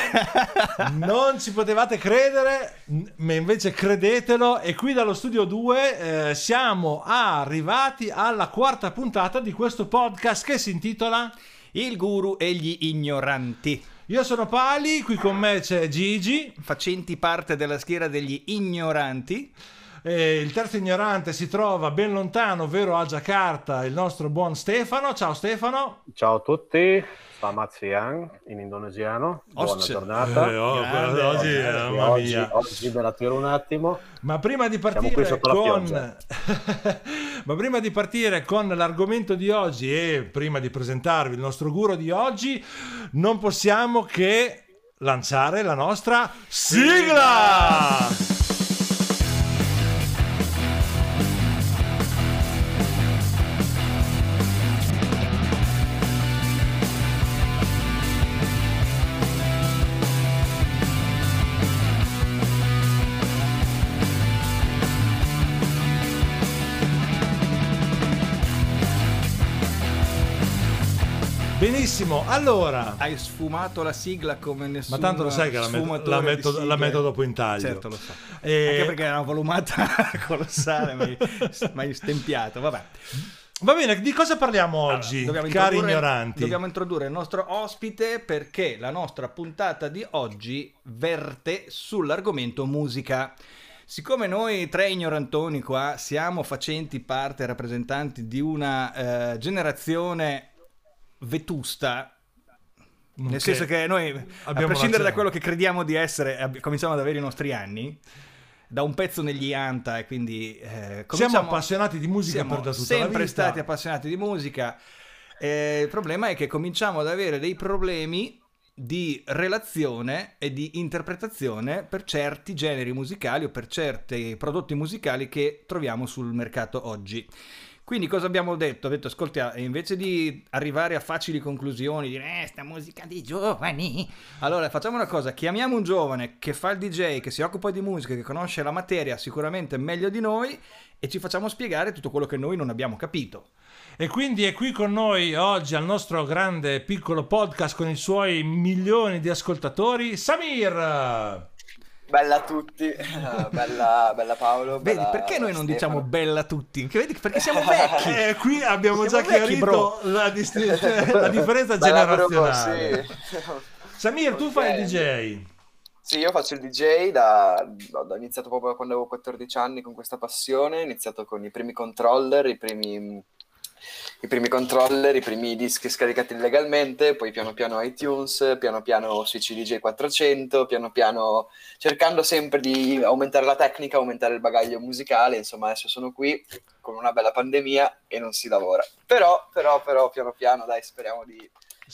Non ci potevate credere, ma invece credetelo. E qui dallo studio 2 siamo arrivati alla quarta puntata di questo podcast che si intitola Il guru e gli ignoranti. Io sono Pali, qui con me c'è Gigi, facenti parte della schiera degli ignoranti. E il terzo ignorante si trova ben lontano, ovvero a Giacarta, il nostro buon Stefano. Ciao Stefano. Ciao a tutti, selamat siang in indonesiano. Buona giornata. Oggi me la tiro un attimo. Ma prima di partire con l'argomento di oggi e prima di presentarvi il nostro guru di oggi, non possiamo che lanciare la nostra sigla! Benissimo, allora hai sfumato la sigla come nessuno. Ma tanto lo sai che la metto dopo in taglio. Certo, lo so. Anche perché era una volumata colossale, ma hai stempiato, vabbè. Va bene, di cosa parliamo oggi, cari ignoranti? Dobbiamo introdurre il nostro ospite perché la nostra puntata di oggi verte sull'argomento musica. Siccome noi tre ignorantoni qua siamo facenti parte, rappresentanti di una generazione vetusta, nel senso che noi, a prescindere da quello che crediamo di essere, cominciamo ad avere i nostri anni da un pezzo negli anta, e quindi siamo appassionati di musica per da tutta la vita. Sempre stati appassionati di musica. Il problema è che cominciamo ad avere dei problemi di relazione e di interpretazione per certi generi musicali o per certi prodotti musicali che troviamo sul mercato oggi. Quindi cosa abbiamo detto? Ho detto, ascolta, invece di arrivare a facili conclusioni, dire sta musica di giovani, allora facciamo una cosa, chiamiamo un giovane che fa il DJ, che si occupa di musica, che conosce la materia sicuramente meglio di noi, e ci facciamo spiegare tutto quello che noi non abbiamo capito. E quindi è qui con noi oggi al nostro grande piccolo podcast con i suoi milioni di ascoltatori, Samir! Bella a tutti, bella Paolo. Vedi, perché noi non diciamo bella a tutti? Perché siamo vecchi. Qui abbiamo già chiarito la differenza generazionale. Sì. Samir, tu fai il DJ? Sì, io faccio il DJ ho iniziato proprio quando avevo 14 anni con questa passione. Ho iniziato con i primi controller, i primi dischi scaricati illegalmente, poi piano piano iTunes, piano piano sui CDJ 400, piano piano cercando sempre di aumentare la tecnica, aumentare il bagaglio musicale. Insomma, adesso sono qui con una bella pandemia e non si lavora. Però piano piano, dai, speriamo di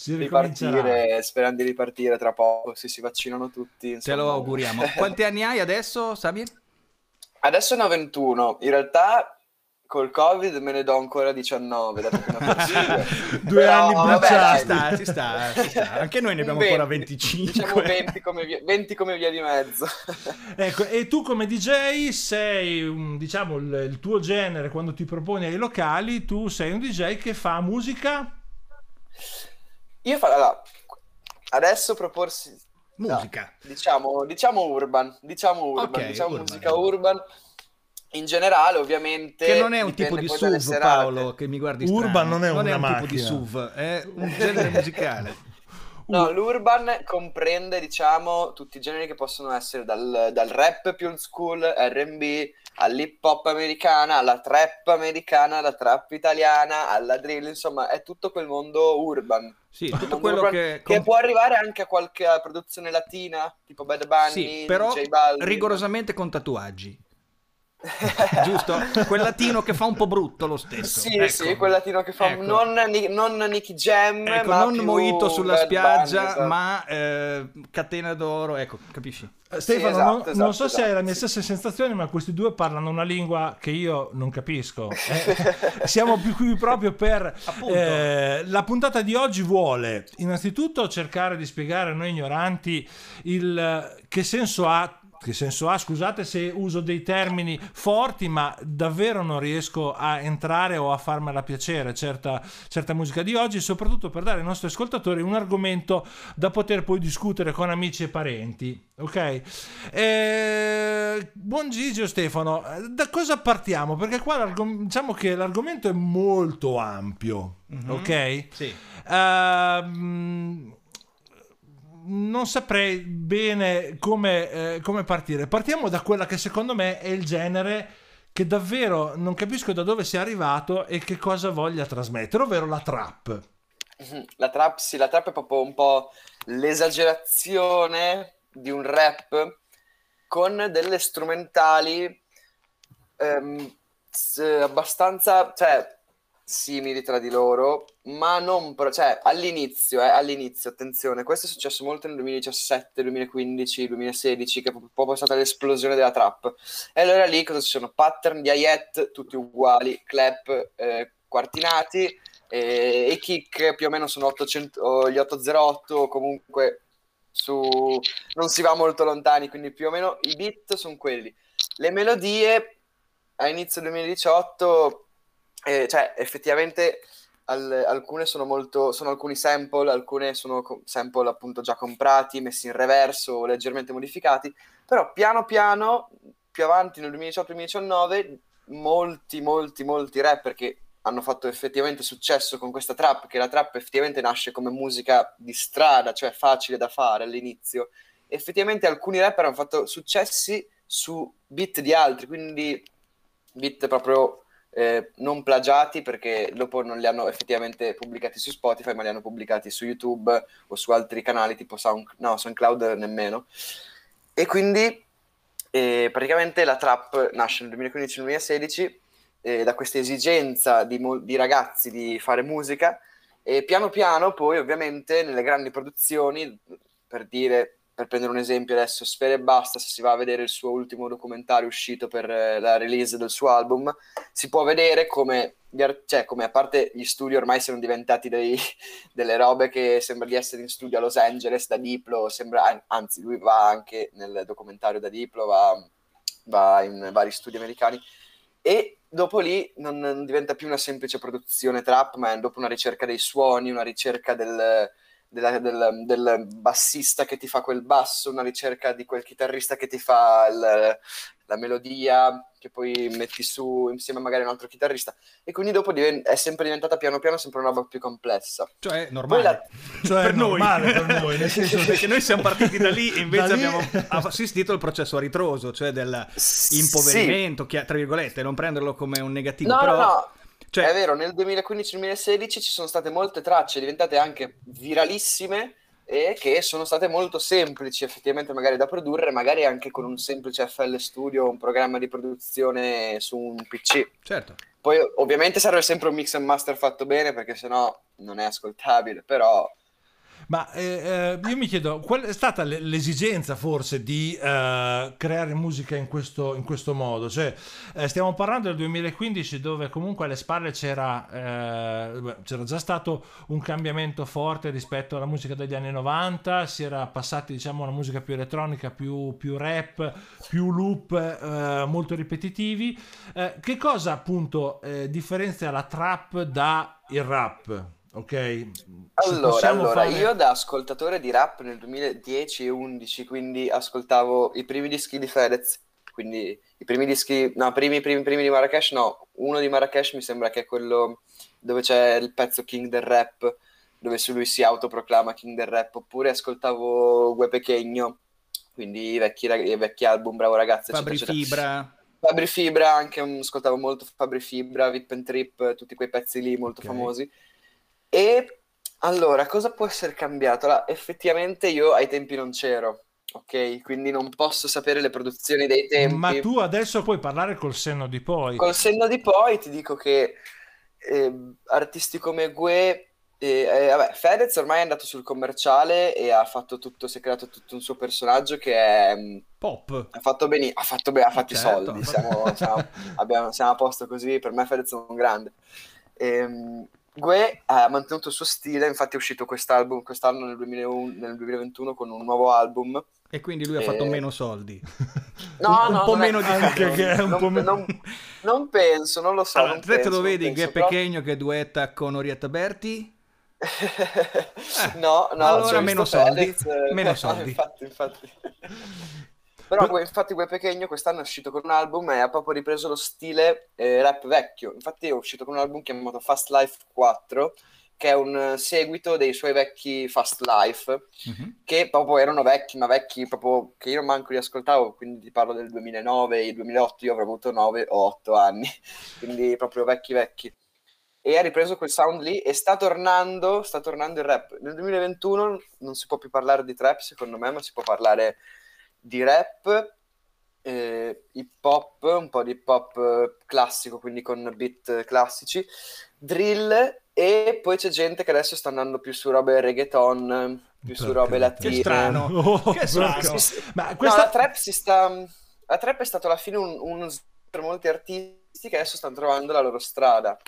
ripartire tra poco, se si vaccinano tutti. Insomma. Te lo auguriamo. Quanti anni hai adesso, Samir? Adesso ne ho 21. In realtà col Covid me ne do ancora 19, dato che ne ho persi 2 anni bruciati. Ci sta. Anche noi ne abbiamo 20, ancora 25. Diciamo 20 come via di mezzo. Ecco, e tu come DJ sei, diciamo, il tuo genere quando ti proponi ai locali, tu sei un DJ che fa musica? Allora, adesso proporsi... Musica. No, diciamo urban. Okay, diciamo musica urban. In generale, ovviamente, che non è un tipo di SUV, Paolo, che mi guardi strano. Urban non è un tipo di SUV, è un genere musicale. No, l'urban comprende, diciamo, tutti i generi che possono essere dal rap più old school, R&B, all'hip hop americana, alla trap italiana, alla drill, insomma, è tutto quel mondo urban. Sì, tutto quello che può arrivare anche a qualche produzione latina, tipo Bad Bunny, sì, però DJ Balvin. Rigorosamente con tatuaggi. Giusto? Quel latino che fa un po' brutto lo stesso. Sì, ecco. Sì, quel latino che fa non Nicky Jam, ecco, ma non più Mojito sulla spiaggia, Bunny, esatto. Ma catena d'oro, ecco, capisci? Stefano, non so se hai la mia stessa sensazione, ma questi due parlano una lingua che io non capisco. Siamo più qui proprio per la puntata di oggi vuole innanzitutto cercare di spiegare a noi ignoranti che senso ha che senso ha? Scusate se uso dei termini forti, ma davvero non riesco a entrare o a farmela piacere certa musica di oggi, soprattutto per dare ai nostri ascoltatori un argomento da poter poi discutere con amici e parenti. Ok? Buon Gigio Stefano, da cosa partiamo? Perché qua diciamo che l'argomento è molto ampio, ok? Sì. Non saprei bene come partire. Partiamo da quella che secondo me è il genere che davvero non capisco da dove sia arrivato e che cosa voglia trasmettere, ovvero la trap. La trap, sì, la trap è proprio un po' l'esagerazione di un rap con delle strumentali abbastanza, cioè, simili tra di loro, ma non cioè all'inizio, attenzione, questo è successo molto nel 2017, 2015, 2016, che è proprio stata l'esplosione della trap. E allora lì cosa ci sono? Pattern di hi-hat tutti uguali, clap quartinati, e i kick più o meno sono 800, gli 808, comunque non si va molto lontani, quindi più o meno i beat sono quelli. Le melodie a inizio 2018, cioè effettivamente alcune sono alcuni sample, alcune sono sample appunto già comprati, messi in reverso o leggermente modificati, però piano piano, più avanti nel 2018-2019, molti rapper che hanno fatto effettivamente successo con questa trap, che la trap effettivamente nasce come musica di strada, cioè facile da fare all'inizio. Effettivamente alcuni rapper hanno fatto successi su beat di altri, quindi beat proprio non plagiati, perché dopo non li hanno effettivamente pubblicati su Spotify, ma li hanno pubblicati su YouTube o su altri canali tipo SoundCloud nemmeno. E quindi praticamente la trap nasce nel 2015-2016 da questa esigenza di ragazzi di fare musica, e piano piano poi ovviamente nelle grandi produzioni, per prendere un esempio adesso, Sfera Ebbasta, se si va a vedere il suo ultimo documentario uscito per la release del suo album, si può vedere come a parte gli studi ormai siano diventati delle robe che sembra di essere in studio a Los Angeles da Diplo, anzi lui va anche nel documentario da Diplo, va in vari studi americani, e dopo lì non diventa più una semplice produzione trap, ma è dopo una ricerca dei suoni, una ricerca del bassista che ti fa quel basso, una ricerca di quel chitarrista che ti fa la melodia, che poi metti su insieme magari a un altro chitarrista, e quindi dopo è sempre diventata piano piano sempre una roba più complessa. Cioè normale, per noi, nel senso perché noi siamo partiti da lì e invece abbiamo assistito al processo a ritroso, cioè dell'impoverimento, tra virgolette, non prenderlo come un negativo, no. Cioè, è vero, nel 2015-2016 ci sono state molte tracce diventate anche viralissime e che sono state molto semplici effettivamente magari da produrre, magari anche con un semplice FL Studio, un programma di produzione su un PC. Certo. Poi ovviamente serve sempre un mix and master fatto bene, perché sennò non è ascoltabile, però... Ma io mi chiedo, qual è stata l'esigenza forse di creare musica in questo modo? Cioè, stiamo parlando del 2015, dove comunque alle spalle c'era già stato un cambiamento forte rispetto alla musica degli anni 90, si era passati diciamo a una musica più elettronica, più rap, più loop molto ripetitivi. Che cosa appunto differenzia la trap da il rap? Ok, allora io da ascoltatore di rap nel 2010 e 11, quindi ascoltavo i primi dischi di Fedez, quindi i primi dischi, no, primi di Marrakesh, no, uno di Marrakesh mi sembra che è quello dove c'è il pezzo King del Rap, dove lui si autoproclama King del Rap, oppure ascoltavo Gue Pequeño, quindi i vecchi album, Bravo Ragazzo, Fabri Fibra, anche ascoltavo molto Fabri Fibra, Vip and Trip, tutti quei pezzi lì molto famosi. E allora, cosa può essere cambiato? Allora, effettivamente io ai tempi non c'ero, ok? Quindi non posso sapere le produzioni dei tempi. Ma tu adesso puoi parlare col senno di poi. Col senno di poi ti dico che artisti come Gue, vabbè, Fedez ormai è andato sul commerciale e si è creato tutto un suo personaggio che è pop. Ha fatto i certo. soldi, siamo a posto così, per me Fedez è un grande. Gue ha mantenuto il suo stile, infatti è uscito quest'anno nel 2021 con un nuovo album. E quindi lui ha fatto meno soldi. No, un po' meno di anche che è un po' meno. Non penso, non lo so. Allora, te lo vedi Gue Pequeno che duetta con Orietta Berti? No, allora meno soldi. Meno soldi. Infatti. Però infatti Gue Pequeno quest'anno è uscito con un album e ha proprio ripreso lo stile rap vecchio. Infatti è uscito con un album chiamato Fast Life 4, che è un seguito dei suoi vecchi Fast Life, che proprio erano vecchi, ma vecchi proprio che io manco li ascoltavo, quindi ti parlo del 2009, il 2008, io avrò avuto 9 o 8 anni, quindi proprio vecchi. E ha ripreso quel sound lì e sta tornando il rap. Nel 2021 non si può più parlare di trap, secondo me, ma si può parlare di rap, hip hop, un po' di hip hop classico, quindi con beat classici, drill, e poi c'è gente che adesso sta andando più su robe reggaeton, più su robe latine. Che strano. Che strano. Ma questa... No, la trap è stato alla fine un per molti artisti che adesso stanno trovando la loro strada.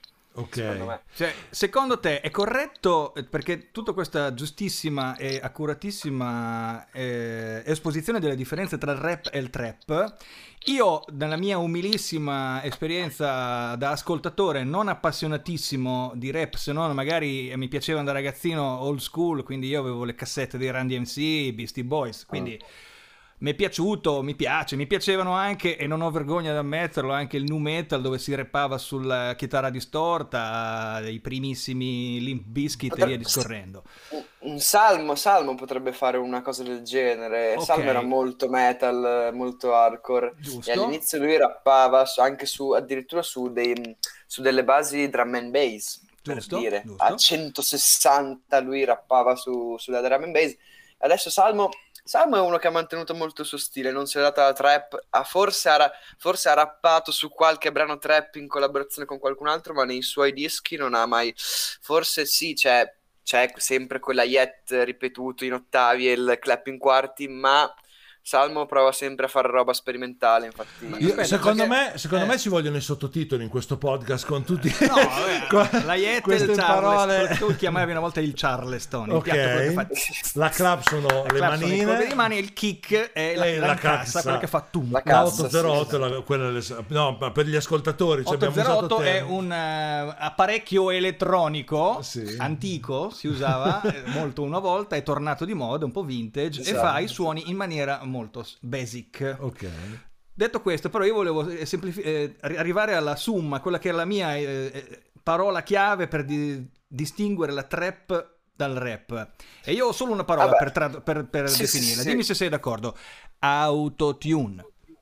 Ok. Cioè, secondo te è corretto, perché tutta questa giustissima e accuratissima esposizione delle differenze tra il rap e il trap, io nella mia umilissima esperienza da ascoltatore non appassionatissimo di rap, se non magari mi piacevano da ragazzino old school, quindi io avevo le cassette dei Run DMC, Beastie Boys, quindi mi è piaciuto, mi piacevano anche, e non ho vergogna di ammetterlo, anche il nu metal dove si rappava sulla chitarra distorta, i primissimi Limp Bizkit e via discorrendo. Un Salmo potrebbe fare una cosa del genere. Okay. Salmo era molto metal, molto hardcore. Giusto. E all'inizio lui rappava addirittura su delle basi drum and bass, Giusto, per dire. giusto. A 160 lui rappava sulla drum and bass. Adesso Salmo è uno che ha mantenuto molto il suo stile, non si è dato alla trap, forse ha rappato su qualche brano trap in collaborazione con qualcun altro, ma nei suoi dischi non ha mai... Forse sì, c'è sempre quella yet ripetuto in ottavi e il clap in quarti, ma Salmo prova sempre a fare roba sperimentale, infatti. Secondo me ci vogliono i sottotitoli in questo podcast con tutti la yet e il parole. Tu chiamavi una volta il Charleston, il piatto fa... la clap sono le manine, e il kick è la cassa, quella che fa tum. La 808 no, ma per gli ascoltatori 808 è un apparecchio elettronico antico, si usava molto una volta, è tornato di moda, un po' vintage, e fa i suoni in maniera molto basic. Ok. Detto questo, però io volevo arrivare alla summa, quella che è la mia parola chiave per distinguere la trap dal rap. E io ho solo una parola per definirla. Dimmi se sei d'accordo. Autotune.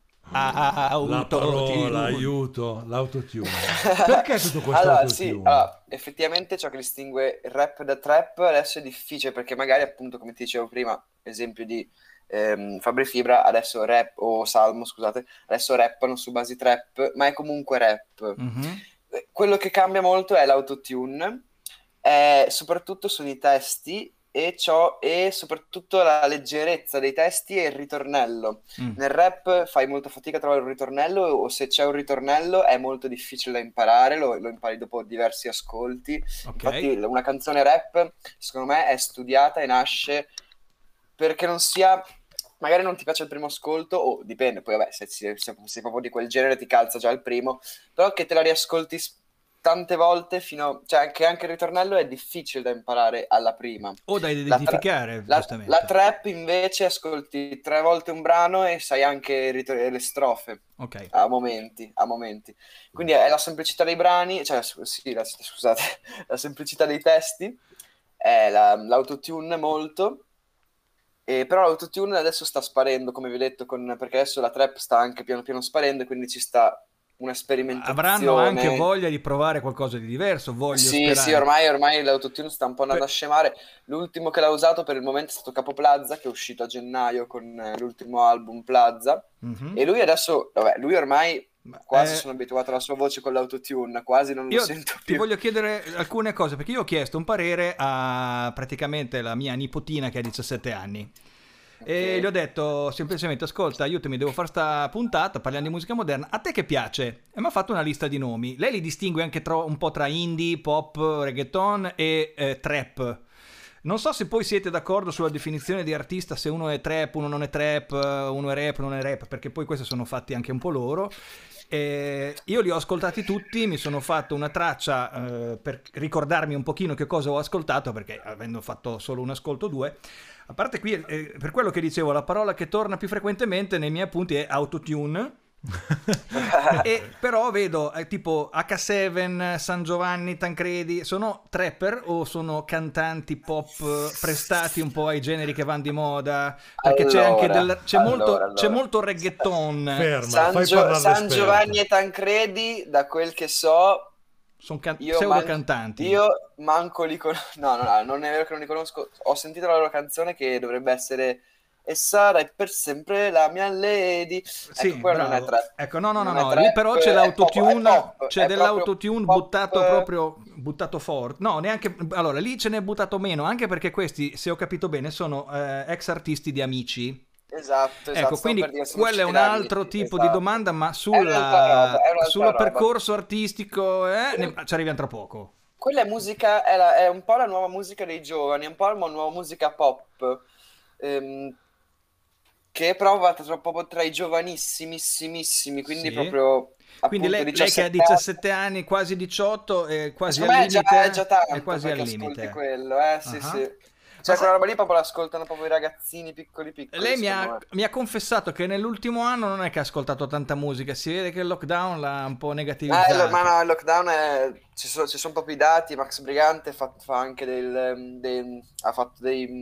La parola, aiuto, l'autotune. Perché tutto questo autotune? Effettivamente ciò che distingue il rap da trap adesso è difficile, perché magari, appunto, come ti dicevo prima, esempio di Fabri Fibra, adesso rap, o Salmo, scusate, adesso rappano su basi trap, ma è comunque rap. Quello che cambia molto è l'autotune, soprattutto sono i testi e soprattutto la leggerezza dei testi e il ritornello. Nel rap fai molta fatica a trovare un ritornello, o se c'è un ritornello è molto difficile da imparare, lo impari dopo diversi ascolti. Infatti una canzone rap secondo me è studiata e nasce perché non sia, magari non ti piace il primo ascolto, o dipende, poi vabbè, se sei proprio di quel genere ti calza già il primo, però che te la riascolti tante volte cioè che anche il ritornello è difficile da imparare alla prima. O da identificare, giustamente. La trap invece ascolti 3 volte un brano e sai anche le strofe. Ok. A momenti. Quindi è la semplicità dei brani, cioè scusate, la semplicità dei testi, è l'autotune molto. Però l'autotune adesso sta sparendo, come vi ho detto, perché adesso la trap sta anche piano piano sparendo, e quindi ci sta una sperimentazione. Avranno anche voglia di provare qualcosa di diverso, sperare. Sì, ormai l'autotune sta un po' andando a scemare. L'ultimo che l'ha usato per il momento è stato Capo Plaza, che è uscito a gennaio con l'ultimo album Plaza, e lui adesso, lui ormai quasi sono abituato alla sua voce con l'autotune, quasi non lo sento più. Ti voglio chiedere alcune cose, perché io ho chiesto un parere a praticamente la mia nipotina che ha 17 anni. E gli ho detto semplicemente: ascolta, aiutami, devo fare sta puntata, parliamo di musica moderna, a te che piace? E mi ha fatto una lista di nomi. Lei li distingue anche un po' tra indie, pop, reggaeton e trap. Non so se poi siete d'accordo sulla definizione di artista, se uno è trap, uno non è trap, uno è rap, non è rap, perché poi questi sono fatti anche un po' loro. Io li ho ascoltati tutti, mi sono fatto una traccia per ricordarmi un pochino che cosa ho ascoltato, perché avendo fatto solo un ascolto 2, a parte qui, per quello che dicevo, la parola che torna più frequentemente nei miei appunti è autotune. Però vedo tipo H7, San Giovanni, Tancredi, sono trapper o sono cantanti pop prestati un po' ai generi che vanno di moda? Perché c'è molto reggaeton. Ferma, San Giovanni e Tancredi, da quel che so, sono pseudo-cantanti. Io manco li conosco. No, non è vero che non li conosco. Ho sentito la loro canzone che dovrebbe essere "E sarai per sempre la mia lady". Sì, ecco, quello non è trap. Ecco, no, Trap, lì però c'è l'autotune, c'è pop, dell'autotune buttato forte. No, neanche, allora lì ce n'è buttato meno, anche perché questi, se ho capito bene, sono ex artisti di Amici. Esatto. Ecco, quindi quello è un altro tipo di domanda, ma sullo roba. percorso artistico ci arriviamo tra poco. Quella è musica, è un po' la nuova musica dei giovani, è un po' la nuova musica pop. Che prova proprio tra i giovanissimissimi, quindi sì. proprio quindi appunto, lei che ha 17 anni, quasi 18, è quasi al limite. È già tanto, è quasi al limite. Ascolti quello, sì, uh-huh. sì. Cioè quella roba lì proprio l'ascoltano proprio i ragazzini piccoli. Lei mi ha confessato che nell'ultimo anno non è che ha ascoltato tanta musica, si vede che il lockdown l'ha un po' negativizzato. Ma no, il lockdown ci sono proprio i dati. Max Brigante fa anche ha fatto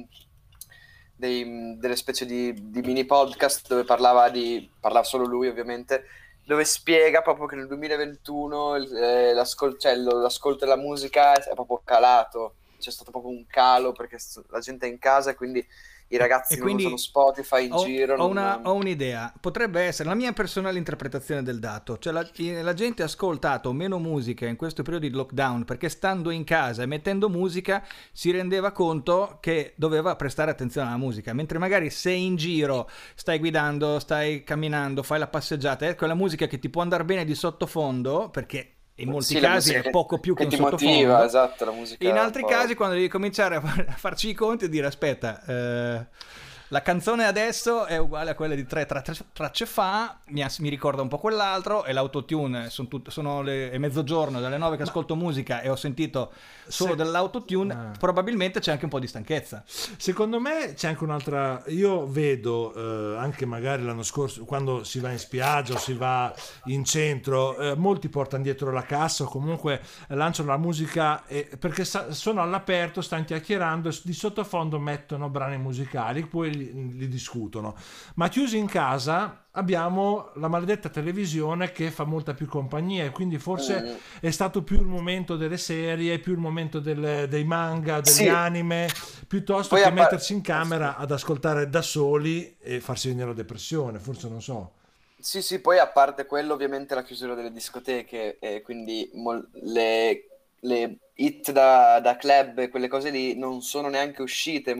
delle specie di mini podcast dove parlava solo lui, ovviamente, dove spiega proprio che nel 2021 l'ascolto della musica è proprio calato. C'è stato proprio un calo perché la gente è in casa e quindi i ragazzi non usano Spotify in giro. Ho un'idea, potrebbe essere la mia personale interpretazione del dato, cioè la gente ha ascoltato meno musica in questo periodo di lockdown perché stando in casa e mettendo musica si rendeva conto che doveva prestare attenzione alla musica, mentre magari sei in giro, stai guidando, stai camminando, fai la passeggiata, è quella musica che ti può andare bene di sottofondo perché in molti casi è poco più che un sottofondo. Motiva, esatto, la musica. In altri casi quando devi cominciare a farci i conti e dire aspetta, la canzone adesso è uguale a quella di tre tracce fa, mi ricorda un po' quell'altro, e l'autotune è mezzogiorno, dalle 9 che ascolto musica e ho sentito solo dell'autotune, probabilmente c'è anche un po' di stanchezza. Secondo me c'è anche un'altra, io vedo anche magari l'anno scorso quando si va in spiaggia o si va in centro, molti portano dietro la cassa o comunque lanciano la musica perché sono all'aperto, stanno chiacchierando e di sottofondo mettono brani musicali, poi li discutono, ma chiusi in casa abbiamo la maledetta televisione che fa molta più compagnia e quindi forse è stato più il momento delle serie, più il momento dei manga, degli anime, piuttosto che mettersi in camera ad ascoltare da soli e farsi venire la depressione, forse, non so. Sì, poi a parte quello ovviamente la chiusura delle discoteche e quindi le hit da club e quelle cose lì non sono neanche uscite,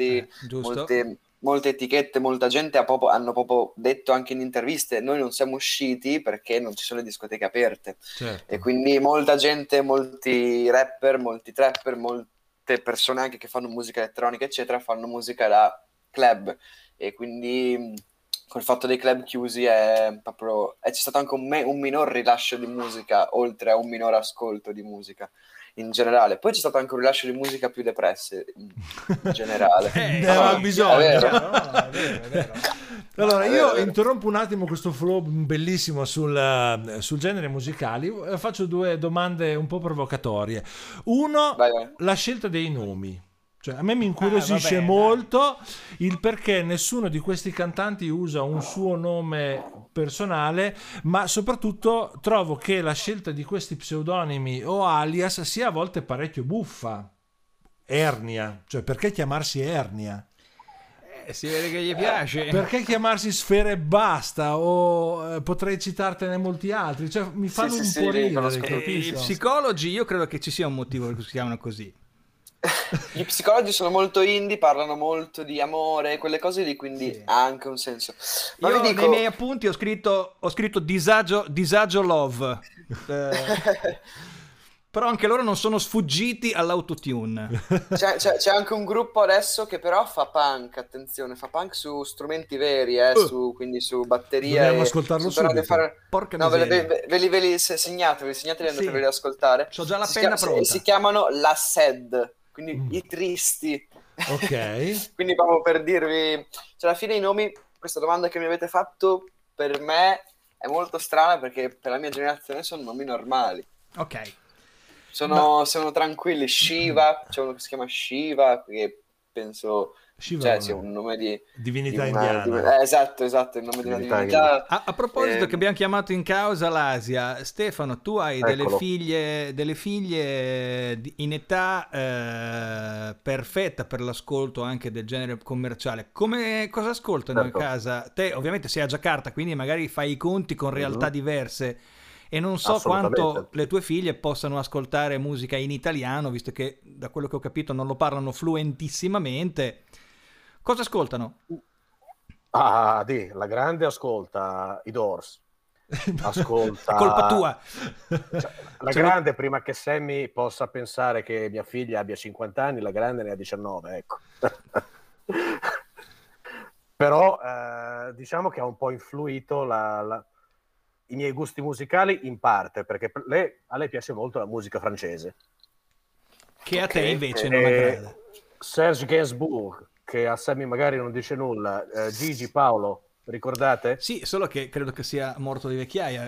molte etichette, molta gente hanno proprio detto anche in interviste: noi non siamo usciti perché non ci sono le discoteche aperte. Certo. E quindi molta gente, molti rapper, molti trapper, molte persone anche che fanno musica elettronica eccetera fanno musica da club, e quindi col fatto dei club chiusi c'è stato anche un minor rilascio di musica oltre a un minor ascolto di musica in generale. Poi c'è stato anche un rilascio di musica più depresse in generale. Ne aveva bisogno. È vero. No, è vero. Allora io interrompo un attimo questo flow bellissimo sul genere musicali, faccio due domande un po' provocatorie. Uno, Vai. la scelta dei nomi. Cioè, a me mi incuriosisce molto il perché nessuno di questi cantanti usa un suo nome personale, ma soprattutto trovo che la scelta di questi pseudonimi o alias sia a volte parecchio buffa. Ernia, cioè perché chiamarsi Ernia? Si vede che gli piace. Perché chiamarsi Sfera e Basta, o potrei citartene molti altri, cioè mi fanno un po' ridere. I psicologi, io credo che ci sia un motivo per cui si chiamano così. Gli psicologi sono molto indie, parlano molto di amore, quelle cose lì, quindi Sì. ha anche un senso. Ma Io vi dico... nei miei appunti ho scritto disagio love. Però anche loro non sono sfuggiti all'autotune. C'è anche un gruppo adesso che però fa punk, attenzione, fa punk su strumenti veri, quindi su batteria Dobbiamo e ascoltarlo sul tornare a subito. fare... Porca No, miseria. segnateli e Sì. andateveli ad ascoltare. C'ho già la penna Si pronta. chiamano La Sed, quindi i tristi. Ok. Quindi proprio per dirvi, cioè alla fine i nomi, questa domanda che mi avete fatto, per me è molto strana perché per la mia generazione sono nomi normali. Ok. Sono tranquilli. Shiva, c'è uno che si chiama Shiva, che penso Shiva, sia un nome di divinità una- indiana. esatto, il nome di una Divinità divinità. A proposito che abbiamo chiamato in causa l'Asia, Stefano, tu hai delle Eccolo. figlie in età perfetta per l'ascolto anche del genere commerciale. Cosa ascoltano Certo. a casa? Te ovviamente sei a Giacarta, quindi magari fai i conti con realtà diverse e non so Assolutamente. quanto le tue figlie possano ascoltare musica in italiano, visto che da quello che ho capito non lo parlano fluentissimamente. Cosa ascoltano? La grande ascolta i Doors. Ascolta... È colpa tua. La grande, prima che Sammy possa pensare che mia figlia abbia 50 anni, la grande ne ha 19, ecco. Però diciamo che ha un po' influito i miei gusti musicali in parte, perché a lei piace molto la musica francese. Che a te Ok, invece ok. non aggrada. Serge Gainsbourg, che a Sammy magari non dice nulla, Gigi Paolo, ricordate? Sì, solo che credo che sia morto di vecchiaia.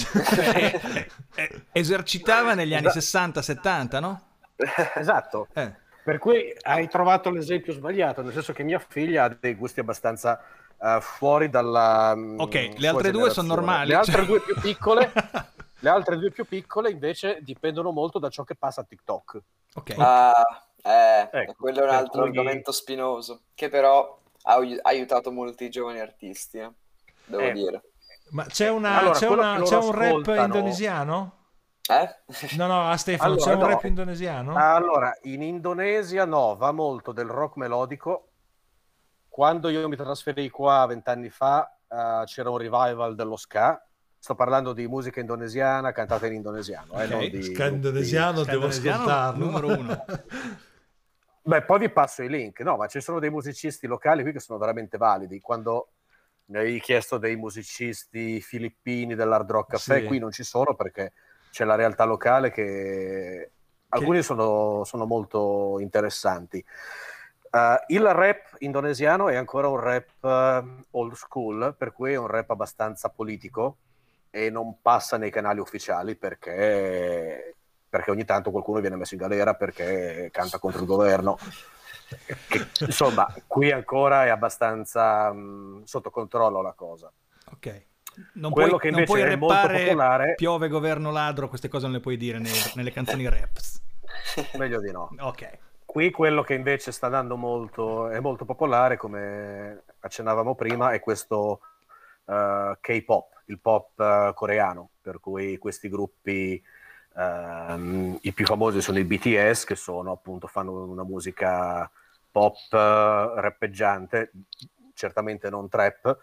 Esercitava negli anni 60-70, no? Esatto. Per cui hai trovato l'esempio sbagliato, nel senso che mia figlia ha dei gusti abbastanza fuori dalla Ok, le sua altre due sono generazione. normali. Le altre cioè- due più piccole, le altre due più piccole invece dipendono molto da ciò che passa a TikTok. Ok. Ecco, Quello è un per altro cui- argomento spinoso, che però ha aiutato molti giovani artisti, devo dire. Ma c'è Allora, quello che c'è loro un rap ascoltano- indonesiano? Eh? No, a Stefano, Allora, c'è un no. rap indonesiano? Allora, in Indonesia no, va molto del rock melodico. Quando io mi trasferii qua 20 anni fa, c'era un revival dello ska. Sto parlando di musica indonesiana cantata in indonesiano. Ok, Non di Ska indonesiano, devo Indonesiano, ascoltarlo. numero uno. Beh, poi vi passo i link. No, ma ci sono dei musicisti locali qui che sono veramente validi. Quando mi avevi chiesto dei musicisti filippini dell'Hard Rock Café, Sì. qui non ci sono perché c'è la realtà locale che alcuni sono molto interessanti. Il rap indonesiano è ancora un rap old school, per cui è un rap abbastanza politico e non passa nei canali ufficiali perché ogni tanto qualcuno viene messo in galera perché canta contro il governo. Che, insomma, qui ancora è abbastanza sotto controllo la cosa. Ok. Non Quello puoi, che non invece puoi è molto rappare popolare- piove governo ladro, queste cose non le puoi dire nelle canzoni rap. Meglio di no. Ok. Qui quello che invece sta andando molto, è molto popolare, come accennavamo prima, è questo K-pop, il pop coreano, per cui questi gruppi, i più famosi sono i BTS, che sono appunto, fanno una musica pop rappeggiante, certamente non trap,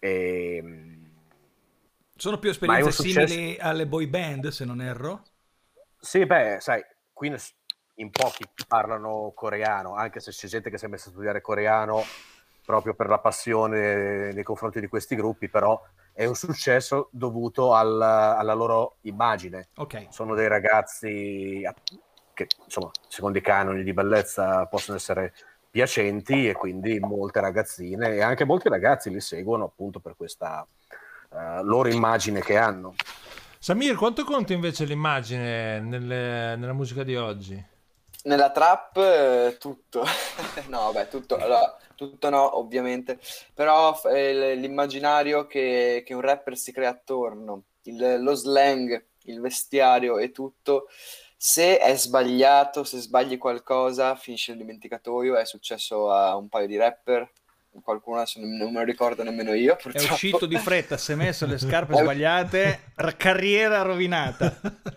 Sono più ma è un esperienze successo. simili alle boy band, se non erro. Sì, beh, sai, qui in pochi parlano coreano, anche se c'è gente che si è messa a studiare coreano proprio per la passione nei confronti di questi gruppi, però è un successo dovuto alla loro immagine. Ok. Sono dei ragazzi che, insomma, secondo i canoni di bellezza possono essere piacenti e quindi molte ragazzine e anche molti ragazzi li seguono appunto per questa loro immagine che hanno. Samir, quanto conta invece l'immagine nella musica di oggi? Nella trap tutto. No, beh, tutto. Allora, tutto no, ovviamente. Però l'immaginario che un rapper si crea attorno, lo slang, il vestiario e tutto, se è sbagliato, se sbagli qualcosa, finisce nel dimenticatoio. È successo a un paio di rapper. Qualcuno adesso non me lo ricordo nemmeno io, È purtroppo. uscito di fretta, si è messo le scarpe sbagliate, carriera rovinata.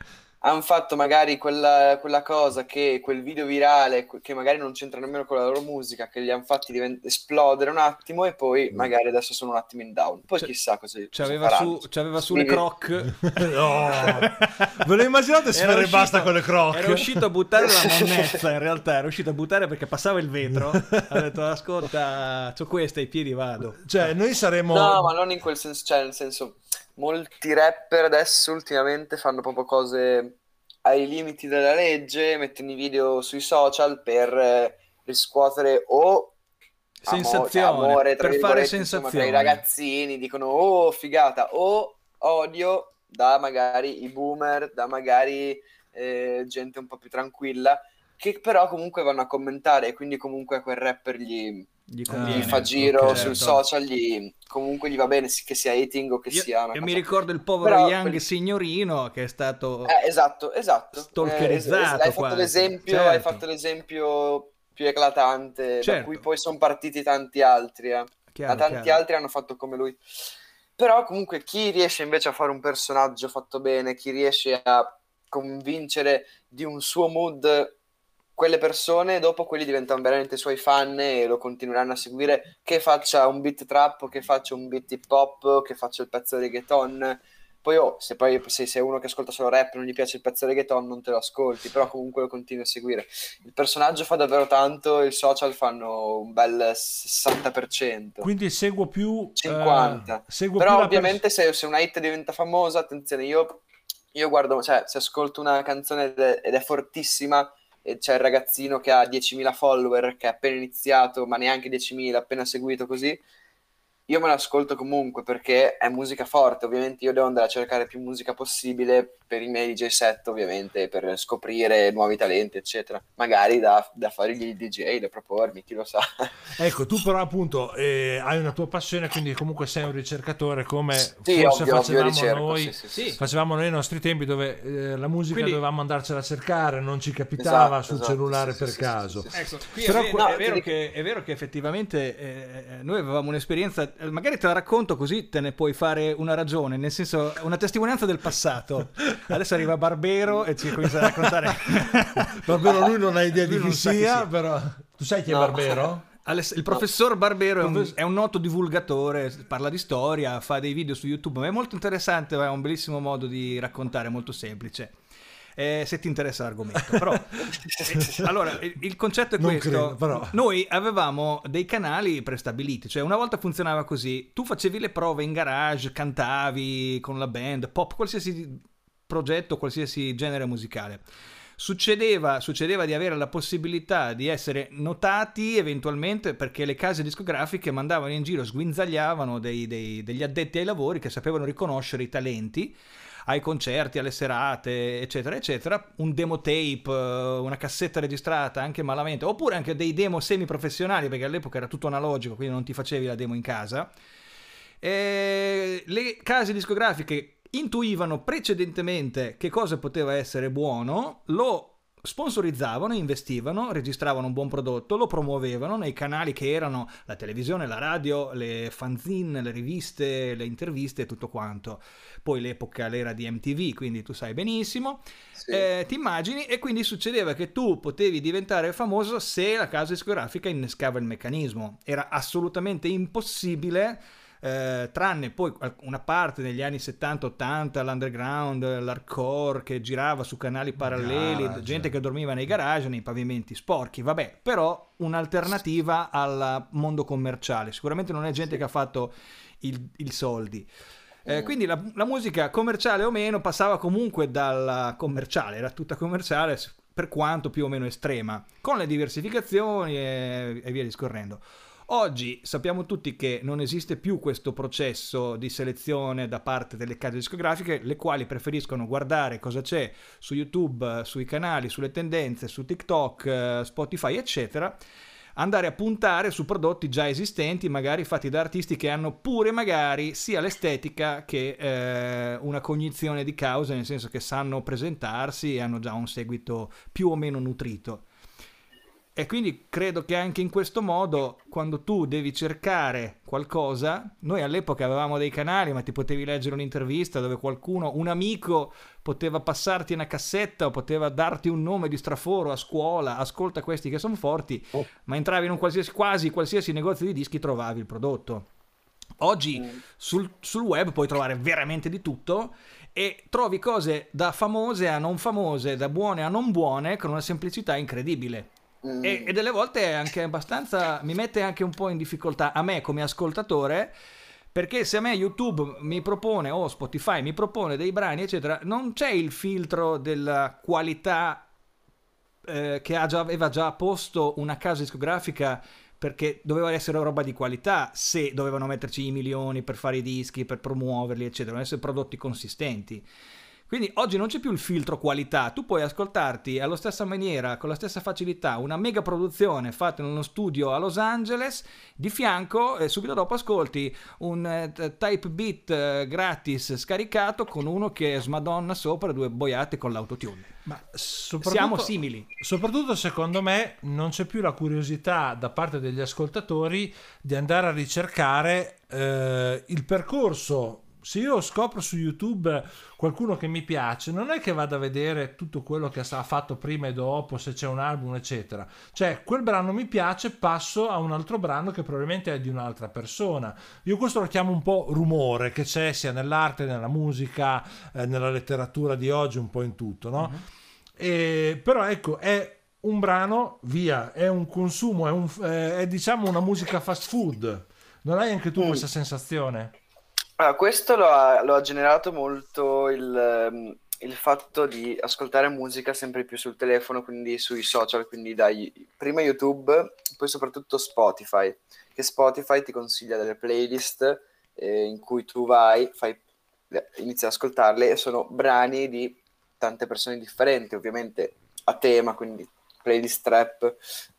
hanno fatto magari quella cosa, quel video virale che magari non c'entra nemmeno con la loro musica, che li hanno fatti esplodere un attimo e poi magari adesso sono un attimo in down. Poi chissà cosa faranno. C'aveva su le croc. No. Ve lo immaginate se ne basta con le croc? Era uscito a buttare la monnezza, in realtà era uscito a buttare perché passava il vetro. Ha detto ascolta, c'ho questa ai piedi, vado. Cioè noi saremo... No, ma non in quel senso, cioè nel senso, molti rapper adesso ultimamente fanno proprio cose ai limiti della legge, mettono i video sui social per riscuotere o sensazione, amore per fare insomma, sensazione tra i ragazzini, dicono oh figata, o odio da magari i boomer, da magari gente un po' più tranquilla, che però comunque vanno a commentare e quindi comunque a quel rapper gli fa giro sul social, comunque gli va bene che sia hating o che sia una cosa. Mi ricordo il povero però, Young Signorino che è stato esatto stalkerizzato. Hai fatto l'esempio più eclatante, da cui poi sono partiti tanti altri altri hanno fatto come lui. Però comunque chi riesce invece a fare un personaggio fatto bene, chi riesce a convincere di un suo mood quelle persone, dopo quelli diventano veramente suoi fan e lo continueranno a seguire, che faccia un beat trap, che faccia un beat hip hop, che faccia il pezzo reggaeton. Poi se sei uno che ascolta solo rap e non gli piace il pezzo reggaeton non te lo ascolti, però comunque lo continui a seguire. Il personaggio fa davvero tanto, i social fanno un bel 60%. Quindi seguo più 50%. Però più ovviamente se una hit diventa famosa, attenzione, io guardo, cioè se ascolto una canzone ed è fortissima e c'è il ragazzino che ha 10.000 follower, che è appena iniziato, ma neanche 10.000, appena seguito così, io me l'ascolto comunque perché è musica forte. Ovviamente io devo andare a cercare più musica possibile per i miei DJ set, ovviamente, per scoprire nuovi talenti, eccetera. Magari da fare il DJ, da propormi, chi lo sa. Ecco, tu però appunto hai una tua passione, quindi comunque sei un ricercatore come facevamo noi ai nostri tempi, dove la musica dovevamo andarcela a cercare, non ci capitava sul cellulare per caso. Ecco, qui è vero che effettivamente noi avevamo un'esperienza, magari te la racconto così te ne puoi fare una ragione, nel senso una testimonianza del passato. Adesso arriva Barbero e ci comincia a raccontare. Barbero, lui non ha idea di chi sia, però tu sai chi è Barbero? Il professor Barbero è un noto divulgatore, parla di storia, fa dei video su YouTube, ma è molto interessante, è un bellissimo modo di raccontare, molto semplice. Se ti interessa l'argomento, però allora il concetto è questo: noi avevamo dei canali prestabiliti, cioè una volta funzionava così: tu facevi le prove in garage, cantavi con la band, pop, qualsiasi progetto, qualsiasi genere musicale. Succedeva di avere la possibilità di essere notati eventualmente perché le case discografiche mandavano in giro, sguinzagliavano degli addetti ai lavori che sapevano riconoscere i talenti ai concerti, alle serate, eccetera, eccetera, un demo tape, una cassetta registrata anche malamente, oppure anche dei demo semi-professionali, perché all'epoca era tutto analogico, quindi non ti facevi la demo in casa. Le case discografiche intuivano precedentemente che cosa poteva essere buono, lo sponsorizzavano, investivano, registravano un buon prodotto, lo promuovevano nei canali che erano la televisione, la radio, le fanzine, le riviste, le interviste e tutto quanto. Poi l'era di MTV, quindi tu sai benissimo, ti immagini, e quindi succedeva che tu potevi diventare famoso se la casa discografica innescava il meccanismo. Era assolutamente impossibile, tranne poi una parte negli anni 70-80, l'underground, l'hardcore che girava su canali paralleli, gente che dormiva nei garage, nei pavimenti sporchi, vabbè, però un'alternativa al mondo commerciale. Sicuramente non è gente che ha fatto i soldi. Quindi la musica commerciale o meno passava comunque dalla commerciale, era tutta commerciale per quanto più o meno estrema, con le diversificazioni e via discorrendo. Oggi sappiamo tutti che non esiste più questo processo di selezione da parte delle case discografiche, le quali preferiscono guardare cosa c'è su YouTube, sui canali, sulle tendenze, su TikTok, Spotify, eccetera, andare a puntare su prodotti già esistenti, magari fatti da artisti che hanno pure magari sia l'estetica che una cognizione di causa, nel senso che sanno presentarsi e hanno già un seguito più o meno nutrito. E quindi credo che anche in questo modo, quando tu devi cercare qualcosa, noi all'epoca avevamo dei canali, ma ti potevi leggere un'intervista dove qualcuno, un amico, poteva passarti una cassetta o poteva darti un nome di straforo a scuola, ascolta questi che sono forti, ma entravi in un quasi qualsiasi negozio di dischi, trovavi il prodotto. Oggi sul web puoi trovare veramente di tutto e trovi cose da famose a non famose, da buone a non buone, con una semplicità incredibile. E delle volte è anche abbastanza, mi mette anche un po' in difficoltà a me come ascoltatore, perché se a me YouTube mi propone o Spotify mi propone dei brani eccetera, non c'è il filtro della qualità che aveva già posto una casa discografica, perché doveva essere roba di qualità, se dovevano metterci i milioni per fare i dischi, per promuoverli eccetera, devono essere prodotti consistenti. Quindi oggi non c'è più il filtro qualità, tu puoi ascoltarti alla stessa maniera, con la stessa facilità, una mega produzione fatta in uno studio a Los Angeles, di fianco e subito dopo ascolti un type beat gratis scaricato con uno che smadonna sopra due boiate con l'autotune. Ma siamo simili. Soprattutto secondo me non c'è più la curiosità da parte degli ascoltatori di andare a ricercare il percorso. Se io scopro su YouTube qualcuno che mi piace, non è che vado a vedere tutto quello che ha fatto prima e dopo, se c'è un album eccetera. Cioè, quel brano mi piace, passo a un altro brano che probabilmente è di un'altra persona. Io questo lo chiamo un po' rumore, che c'è sia nell'arte, nella musica, nella letteratura di oggi, un po' in tutto, no? Però ecco, è un brano, via, è un consumo, è diciamo una musica fast food. Non hai anche tu questa sensazione? Allora, questo lo ha generato molto il fatto di ascoltare musica sempre più sul telefono, quindi sui social, quindi prima YouTube, poi soprattutto Spotify, che Spotify ti consiglia delle playlist in cui tu inizi ad ascoltarle e sono brani di tante persone differenti, ovviamente a tema, quindi playlist trap,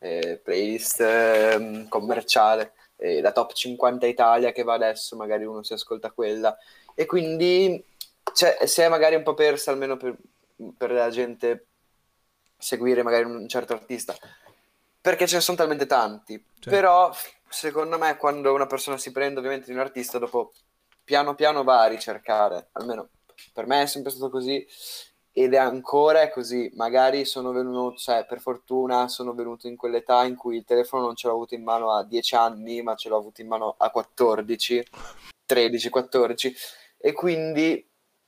playlist commerciale. La top 50 Italia che va adesso, magari uno si ascolta quella e quindi si è magari un po' persa, almeno per la gente, seguire magari un certo artista, perché ce ne sono talmente tanti. Però secondo me quando una persona si prende ovviamente di un artista, dopo piano piano va a ricercare, almeno per me è sempre stato così ed è ancora così. Magari sono venuto, per fortuna sono venuto in quell'età in cui il telefono non ce l'ho avuto in mano a 10 anni, ma ce l'ho avuto in mano a 14, 13, 14 e quindi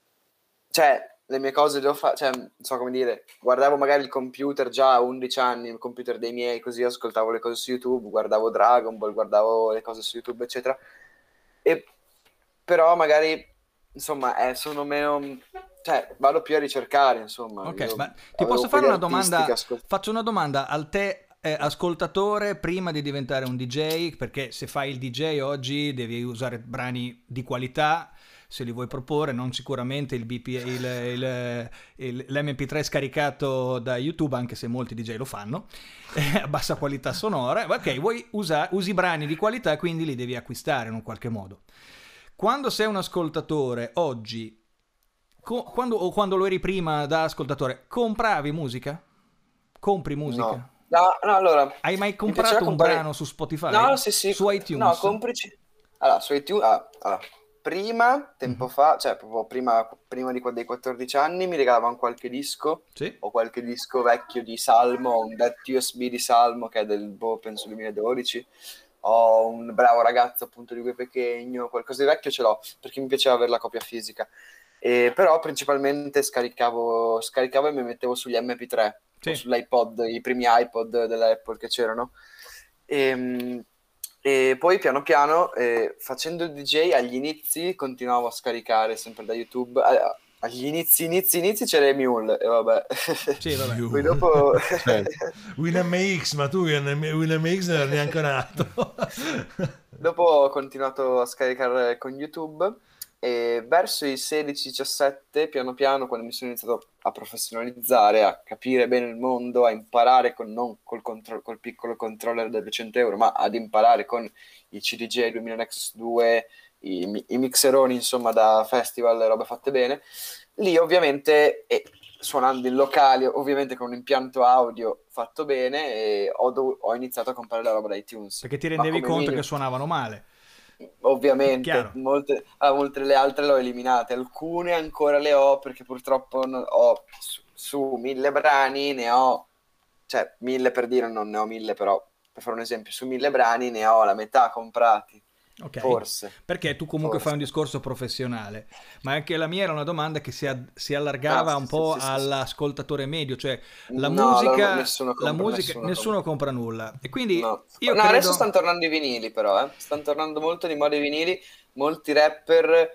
le mie cose devo fare, non so come dire, guardavo magari il computer già a 11 anni, il computer dei miei, così ascoltavo le cose su YouTube, guardavo Dragon Ball, guardavo le cose su YouTube eccetera, e però magari insomma sono meno, vado più a ricercare, insomma. Ok, ma ti posso fare una domanda? Faccio una domanda al te ascoltatore prima di diventare un DJ, perché se fai il DJ oggi devi usare brani di qualità, se li vuoi proporre, non sicuramente l'MP3 scaricato da YouTube, anche se molti DJ lo fanno, a bassa qualità sonora. Ok, usi brani di qualità, quindi li devi acquistare in un qualche modo. Quando sei un ascoltatore oggi, quando lo eri prima da ascoltatore, compravi musica? Compri musica? No, allora... Hai mai comprato un brano su Spotify? No, sì. Su iTunes? No, comprici... Allora, su iTunes... prima, tempo fa, proprio prima dei 14 anni, mi regalavano qualche disco, o qualche disco vecchio di Salmo, un deck USB di Salmo, che è penso 2012, o un bravo ragazzo appunto di Gue Pechegno, qualcosa di vecchio ce l'ho, perché mi piaceva avere la copia fisica. Però principalmente scaricavo e mi mettevo sugli MP3 o sull'iPod, i primi iPod dell'Apple che c'erano, e poi piano piano facendo il DJ agli inizi continuavo a scaricare sempre da YouTube. Agli inizi c'era Emule e vabbè. Poi dopo WinMX, ma tu WinMX non eri neanche nato. Dopo ho continuato a scaricare con YouTube e verso i 16-17 piano piano, quando mi sono iniziato a professionalizzare, a capire bene il mondo, a imparare non col piccolo controller da 200 euro, ma ad imparare con i CDJ 2000 Nexus 2, i mixeroni insomma da festival, robe fatte bene, lì ovviamente suonando in locali, ovviamente con un impianto audio fatto bene, e ho iniziato a comprare la roba da iTunes. Perché ti rendevi conto che suonavano male. Ovviamente, Chiaro. molte le altre le ho eliminate, alcune ancora le ho perché purtroppo ho su 1000 brani ne ho, cioè 1000 per dire, non ne ho 1000, però per fare un esempio, su 1000 brani ne ho la metà comprati. Ok, forse. Perché tu comunque fai un discorso professionale, ma anche la mia era una domanda che si allargava un po' all'ascoltatore medio, cioè la musica, nessuno compra nulla. E quindi io credo... adesso stanno tornando i vinili però, stanno tornando molto di moda i vinili, molti rapper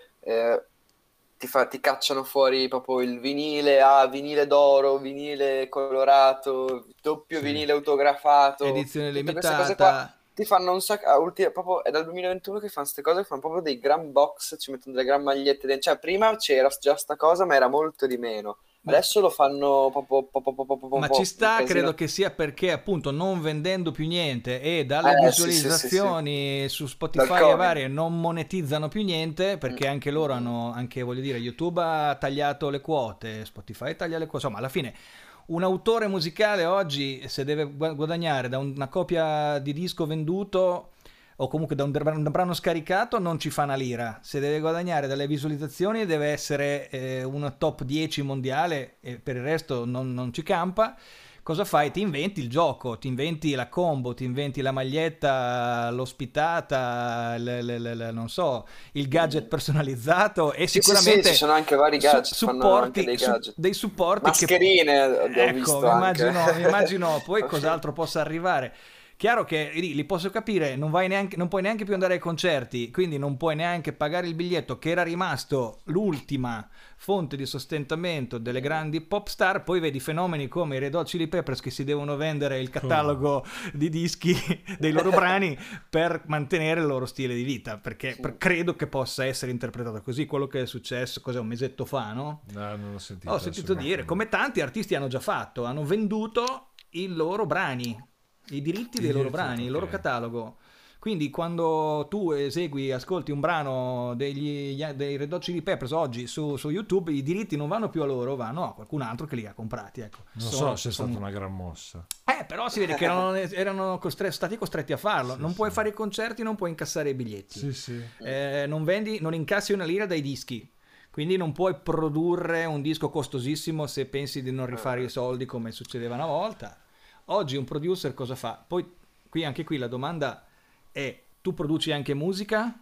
ti cacciano fuori proprio il vinile, vinile d'oro, vinile colorato, doppio vinile autografato, edizione queste cose limitata. qua. Ti fanno un sacco, proprio è dal 2021 che fanno queste cose, fanno proprio dei gran box, ci mettono delle gran magliette dentro. Cioè prima c'era già sta cosa, ma era molto di meno. Adesso lo fanno ma ci sta, credo che sia perché appunto non vendendo più niente e dalle visualizzazioni su Spotify e varie non monetizzano più niente, perché anche loro hanno, anche voglio dire, YouTube ha tagliato le quote, Spotify taglia le quote, insomma alla fine un autore musicale oggi, se deve guadagnare da una copia di disco venduto o comunque da un brano scaricato, non ci fa una lira. Se deve guadagnare dalle visualizzazioni deve essere un top 10 mondiale e per il resto non ci campa. Cosa fai? Ti inventi il gioco, ti inventi la combo, ti inventi la maglietta, l'ospitata, non so, il gadget personalizzato e sicuramente ci sono anche vari gadget, supporti, dei gadget. Dei supporti, mascherine, ho visto immagino poi cos'altro possa arrivare. Chiaro che li posso capire, non puoi neanche più andare ai concerti, quindi non puoi neanche pagare il biglietto, che era rimasto l'ultima fonte di sostentamento delle grandi pop star. Poi vedi fenomeni come i Red Hot Chili Peppers che si devono vendere il catalogo di dischi dei loro brani per mantenere il loro stile di vita, perché credo che possa essere interpretato così. Quello che è successo, un mesetto fa, no? No, non l'ho sentito. Ho sentito dire, come tanti artisti hanno già fatto, hanno venduto i loro brani, i diritti dei loro brani, il loro catalogo. Quindi quando tu ascolti un brano dei Red Hot Chili Peppers oggi su YouTube, i diritti non vanno più a loro, vanno a qualcun altro che li ha comprati. Ecco. Non so se è stata una gran mossa. Però si vede che erano stati costretti a farlo. Non puoi fare i concerti, non puoi incassare i biglietti. Non incassi una lira dai dischi. Quindi non puoi produrre un disco costosissimo se pensi di non rifare i soldi come succedeva una volta. Oggi un producer cosa fa? Poi anche qui la domanda è: tu produci anche musica?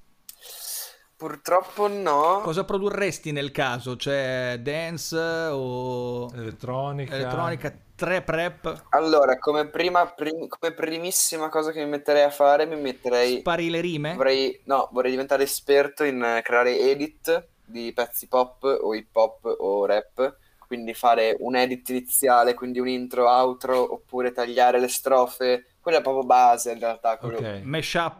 Purtroppo no. Cosa produrresti nel caso? Cioè dance o elettronica, trap, rap? Allora, come primissima cosa che mi metterei a fare, spari le rime? Vorrei diventare esperto in creare edit di pezzi pop o hip hop o rap. Quindi fare un edit iniziale, quindi un intro, outro, oppure tagliare le strofe, quella è proprio base in realtà. Mashup,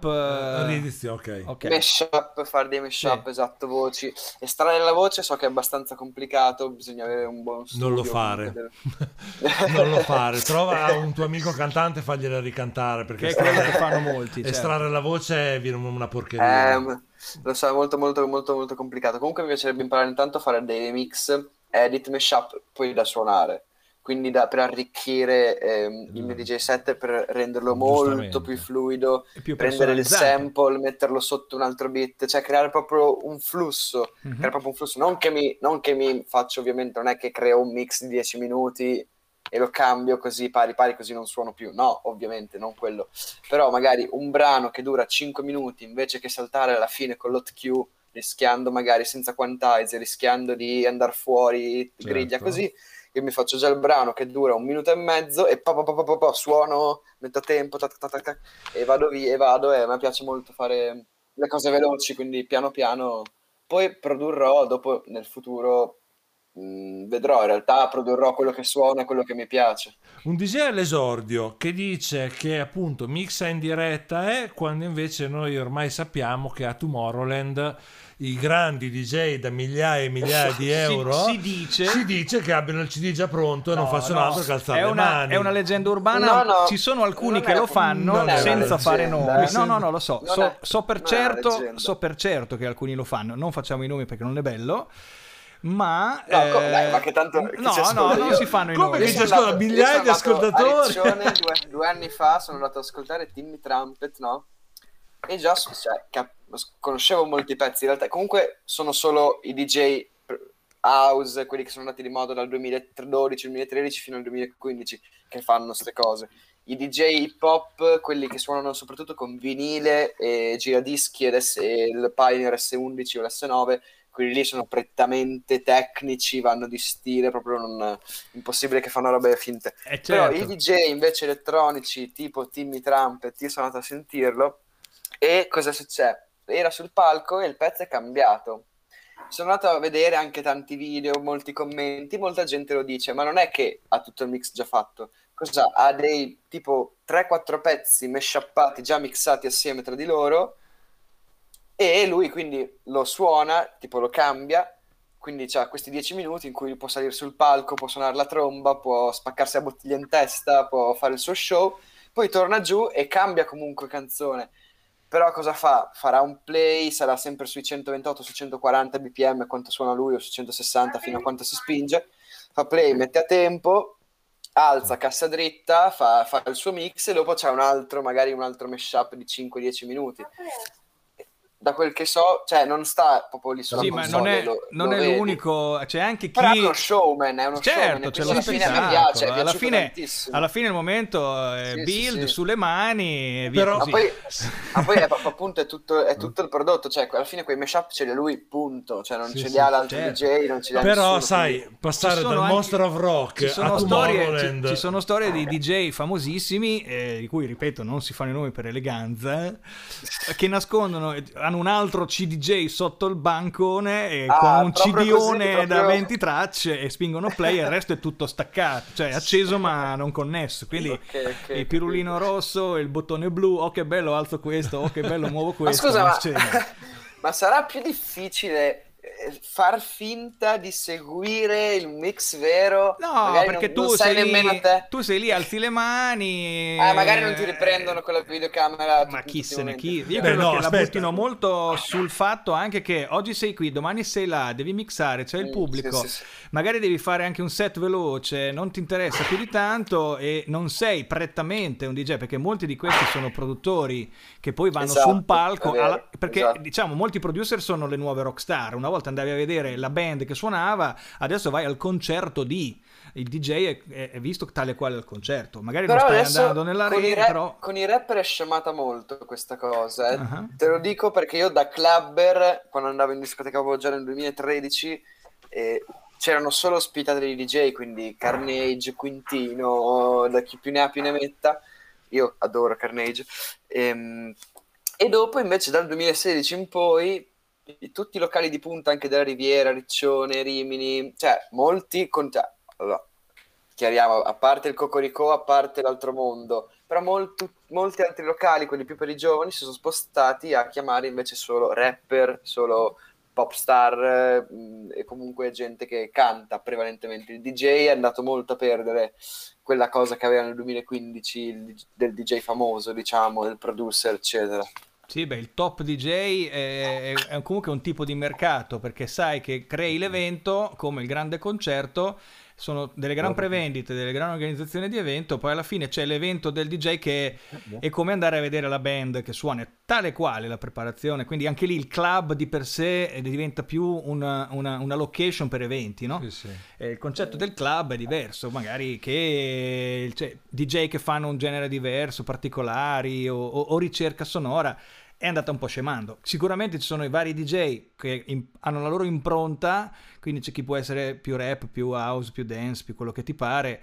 mashup, fare dei mashup, esatto, voci. Estrarre la voce so che è abbastanza complicato, bisogna avere un buon studio. Non lo fare. Non lo fare, trova un tuo amico cantante e fagliela ricantare, perché è quello che fanno molti. Estrarre la voce viene una porcheria. Lo so, è molto molto molto molto complicato. Comunque mi piacerebbe imparare intanto a fare dei remix, edit, mashup, poi da suonare, quindi per arricchire il mio DJ set, per renderlo molto più fluido, prendere il sample, metterlo sotto un altro beat, cioè creare proprio un flusso, non che mi faccio, ovviamente non è che creo un mix di 10 minuti e lo cambio così pari così non suono più, no, ovviamente non quello, però magari un brano che dura 5 minuti, invece che saltare alla fine con l'hot-cue, rischiando magari senza quantize, rischiando di andare fuori griglia così, io mi faccio già il brano che dura 1 minuto e mezzo e suono, metto a tempo e vado via e vado, e a me piace molto fare le cose veloci, quindi piano piano poi produrrò dopo nel futuro. Vedrò, in realtà produrrò quello che suona e quello che mi piace. Un DJ all'esordio che dice che appunto mixa in diretta quando invece noi ormai sappiamo che a Tomorrowland i grandi DJ da migliaia e migliaia di euro si dice che abbiano il CD già pronto e non facciano altro che alzare le mani. È una leggenda urbana. Ci sono alcuni che lo fanno senza fare nomi. No, lo so. So per certo che alcuni lo fanno. Non facciamo i nomi perché non è bello. ma dai, ma che tanto chi ci ascolta? non Io- si fanno i Come nomi. che ci ascolta? Migliaia di ascoltatori. A Riccione 2 anni fa sono andato ad ascoltare Timmy Trumpet, no? E già conoscevo molti pezzi, in realtà comunque sono solo i DJ house, quelli che sono andati di moda dal 2012-2013 fino al 2015 che fanno queste cose. I DJ hip hop, quelli che suonano soprattutto con vinile e giradischi e il Pioneer S11 o l'S9, quelli lì sono prettamente tecnici, vanno di stile, proprio impossibile che fanno robe finte. Però Certo. i DJ invece elettronici tipo Timmy Trumpet, io sono andato a sentirlo e cosa succede? Era sul palco e il pezzo è cambiato. Sono andato a vedere anche tanti video, molti commenti, molta gente lo dice, ma non è che ha tutto il mix già fatto. Cosa? Ha dei tipo 3-4 pezzi mashuppati, già mixati assieme tra di loro, e lui quindi lo suona, tipo lo cambia, quindi c'ha questi 10 minuti in cui può salire sul palco, può suonare la tromba, può spaccarsi la bottiglia in testa, può fare il suo show, poi torna giù e cambia comunque canzone. Però cosa fa? Farà un play, sarà sempre sui 128, su 140 bpm quanto suona lui, o su 160 fino a quanto si spinge, fa play, mette a tempo, alza, cassa dritta, fa il suo mix e dopo c'è magari un altro mashup di 5-10 minuti. Da quel che so, cioè non sta proprio lì sulla Sì, ma console, non è vedi. l'unico, c'è anche chi... Però è uno showman, Certo, e c'è quindi lo alla fine a me spettacolo. piace, è alla piaciuto fine tantissimo. il momento Sì, build sì. sulle mani e via Però- così. Ma poi appunto è tutto il prodotto, cioè alla fine quei mashup ce li ha lui, punto, cioè non Sì, ce sì, li ha l'altro certo. DJ, non ce li ha Però nessuno, sai, quindi- passare Ci sono dal anche- Monster of Rock ci a sono storie, Tomorrowland, ci sono storie di DJ famosissimi, di cui ripeto non si fanno i nomi per eleganza, che nascondono, hanno un altro CDJ sotto il bancone e Ah, con un proprio CDone così, proprio- da 20 tracce e spingono play e il resto è tutto staccato, cioè acceso ma non connesso, quindi Ok, il pirulino rosso e il bottone blu, oh che bello alzo questo, oh che bello muovo Ma questo, scusa, non ma, c'è. ma sarà più difficile far finta di seguire il mix vero? No, Magari perché non sai nemmeno te. tu sei lì, alzi le mani. Magari non ti riprendono con la videocamera. Ma chi se ne tutti i chi? momenti. Io Beh, credo no, che la aspetta. buttino molto sul fatto anche che oggi sei qui, domani sei là, devi mixare, c'è il pubblico, sì, sì. magari devi fare anche un set veloce, non ti interessa più di tanto e non sei prettamente un DJ, perché molti di questi sono produttori che poi vanno Esatto, su un palco, è vero, perché esatto. diciamo molti producer sono le nuove rockstar, una volta andavi a vedere la band che suonava, adesso vai al concerto di... Il DJ è visto tale quale al concerto, magari Però non stai adesso andando con nell'arena, però... con i rapper è scemata molto questa cosa. Ah. Te lo dico perché io da clubber, quando andavo in discoteca già nel 2013, c'erano solo ospitati dei DJ, quindi Carnage, Quintino, da chi più ne ha più ne metta. Io adoro Carnage. E dopo invece dal 2016 in poi tutti i locali di punta anche della Riviera, Riccione, Rimini, cioè molti allora, chiariamo, a parte il Cocorico, a parte l'Altro Mondo, però molti altri locali, quelli più per i giovani, si sono spostati a chiamare invece solo rapper, solo pop star e comunque gente che canta prevalentemente. Il DJ è andato molto a perdere quella cosa che aveva nel 2015 del DJ famoso, diciamo, del producer, eccetera. Sì, beh, il top DJ è comunque un tipo di mercato, perché sai che crei l'evento come il grande concerto, sono delle gran prevendite, delle gran organizzazioni di evento, poi alla fine c'è l'evento del DJ che è come andare a vedere la band che suona, tale quale la preparazione, quindi anche lì il club di per sé diventa più una location per eventi, no? Sì, sì. Il concetto del club è diverso, magari che DJ che fanno un genere diverso, particolari o ricerca sonora, è andata un po' scemando. Sicuramente ci sono i vari DJ che hanno la loro impronta, quindi c'è chi può essere più rap, più house, più dance, più quello che ti pare,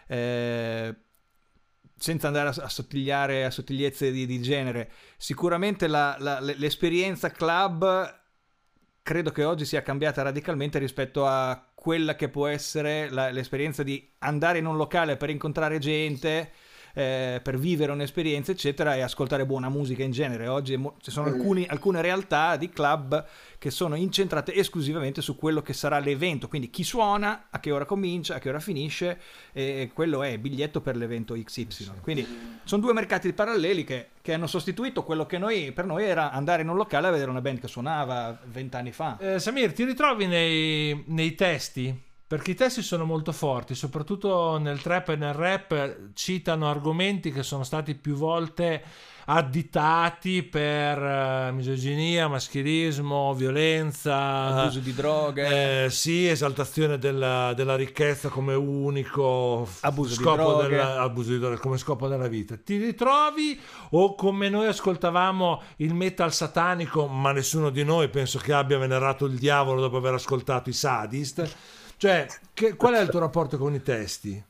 senza andare a sottigliare a sottigliezze di genere. Sicuramente l'esperienza club credo che oggi sia cambiata radicalmente rispetto a quella che può essere l'esperienza di andare in un locale per incontrare gente, per vivere un'esperienza eccetera e ascoltare buona musica in genere. Oggi ci sono alcune realtà di club che sono incentrate esclusivamente su quello che sarà l'evento, quindi chi suona, a che ora comincia, a che ora finisce, e quello è il biglietto per l'evento XY. Quindi sono due mercati paralleli che hanno sostituito quello che per noi era andare in un locale a vedere una band che suonava 20 anni fa. Samir, ti ritrovi nei testi? Perché i testi sono molto forti, soprattutto nel trap e nel rap citano argomenti che sono stati più volte additati per misoginia, maschilismo, violenza, abuso di droghe, sì, esaltazione della ricchezza come unico scopo come scopo della vita. Ti ritrovi, o come noi ascoltavamo il metal satanico, ma nessuno di noi penso che abbia venerato il diavolo dopo aver ascoltato i Sadist? Cioè, qual è il tuo rapporto con i testi?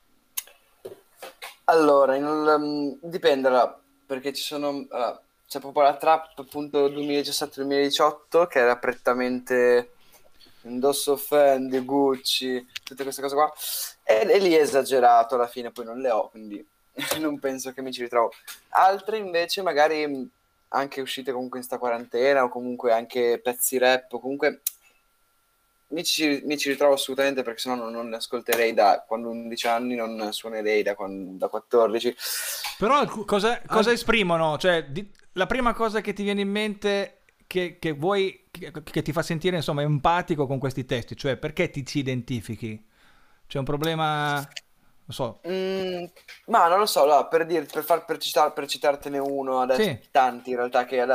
Allora, dipende, perché c'è proprio la trap appunto 2017-2018 che era prettamente indosso Fendi, Gucci, tutte queste cose qua, e lì è esagerato alla fine, poi non le ho, quindi non penso che mi ci ritrovo. Altre invece magari anche uscite comunque in sta quarantena, o comunque anche pezzi rap, o comunque mi ci ritrovo assolutamente, perché sennò non ne ascolterei da quando ho 11 anni, non suonerei da 14. Però cosa esprimono? Cioè, la prima cosa che ti viene in mente che vuoi, che ti fa sentire insomma empatico con questi testi, cioè perché ti ci identifichi? C'è un problema, non so. Ma non lo so, per citartene uno adesso, sì. Tanti in realtà, che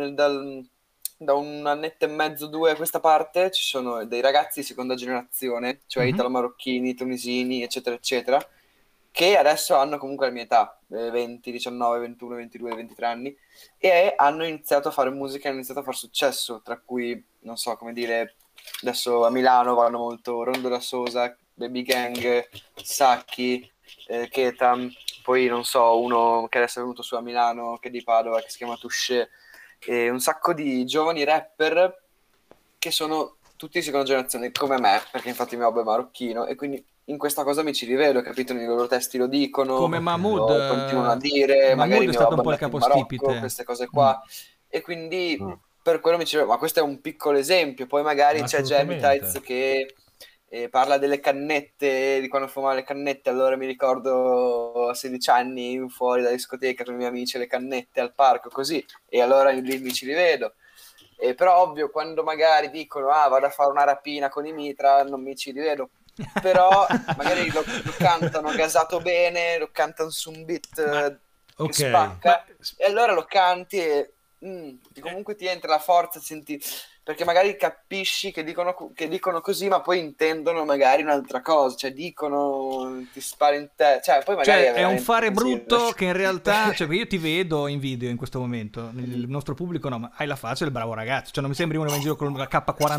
da un annetto e mezzo, 2 a questa parte ci sono dei ragazzi di seconda generazione, cioè italo-marocchini, tunisini, eccetera, eccetera, che adesso hanno comunque la mia età, 20, 19, 21, 22, 23 anni, e hanno iniziato a fare musica, hanno iniziato a fare successo, tra cui, non so come dire, adesso a Milano vanno molto Rondo da Sosa, Baby Gang, Sacchi, Ketam, poi non so, uno che adesso è venuto su a Milano, che è di Padova, che si chiama Touché, e un sacco di giovani rapper che sono tutti di seconda generazione come me, perché infatti mio babbo è marocchino, e quindi in questa cosa mi ci rivedo, capito? Nei loro testi lo dicono, come Mahmood, continuano a dire, magari è mio stato babbo un po' il è andato in Marocco, capostipite, queste cose qua, e quindi per quello mi ci rivedo. Ma questo è un piccolo esempio. Poi magari c'è Jamie Tights che parla delle cannette, di quando fumava le cannette. Allora mi ricordo a 16 anni fuori dalla discoteca con i miei amici, le cannette al parco, così, e allora lì mi ci rivedo. Però ovvio, quando magari dicono vado a fare una rapina con i mitra, non mi ci rivedo, però magari lo cantano gasato bene, lo cantano su un beat che spacca, e allora lo canti e comunque ti entra la forza, senti, perché magari capisci che dicono così, ma poi intendono magari un'altra cosa, cioè dicono ti spari in te, cioè poi magari è un fare brutto che in realtà, cioè io ti vedo in video in questo momento, il nostro pubblico no, ma hai la faccia del bravo ragazzo, cioè non mi sembri uno in giro con la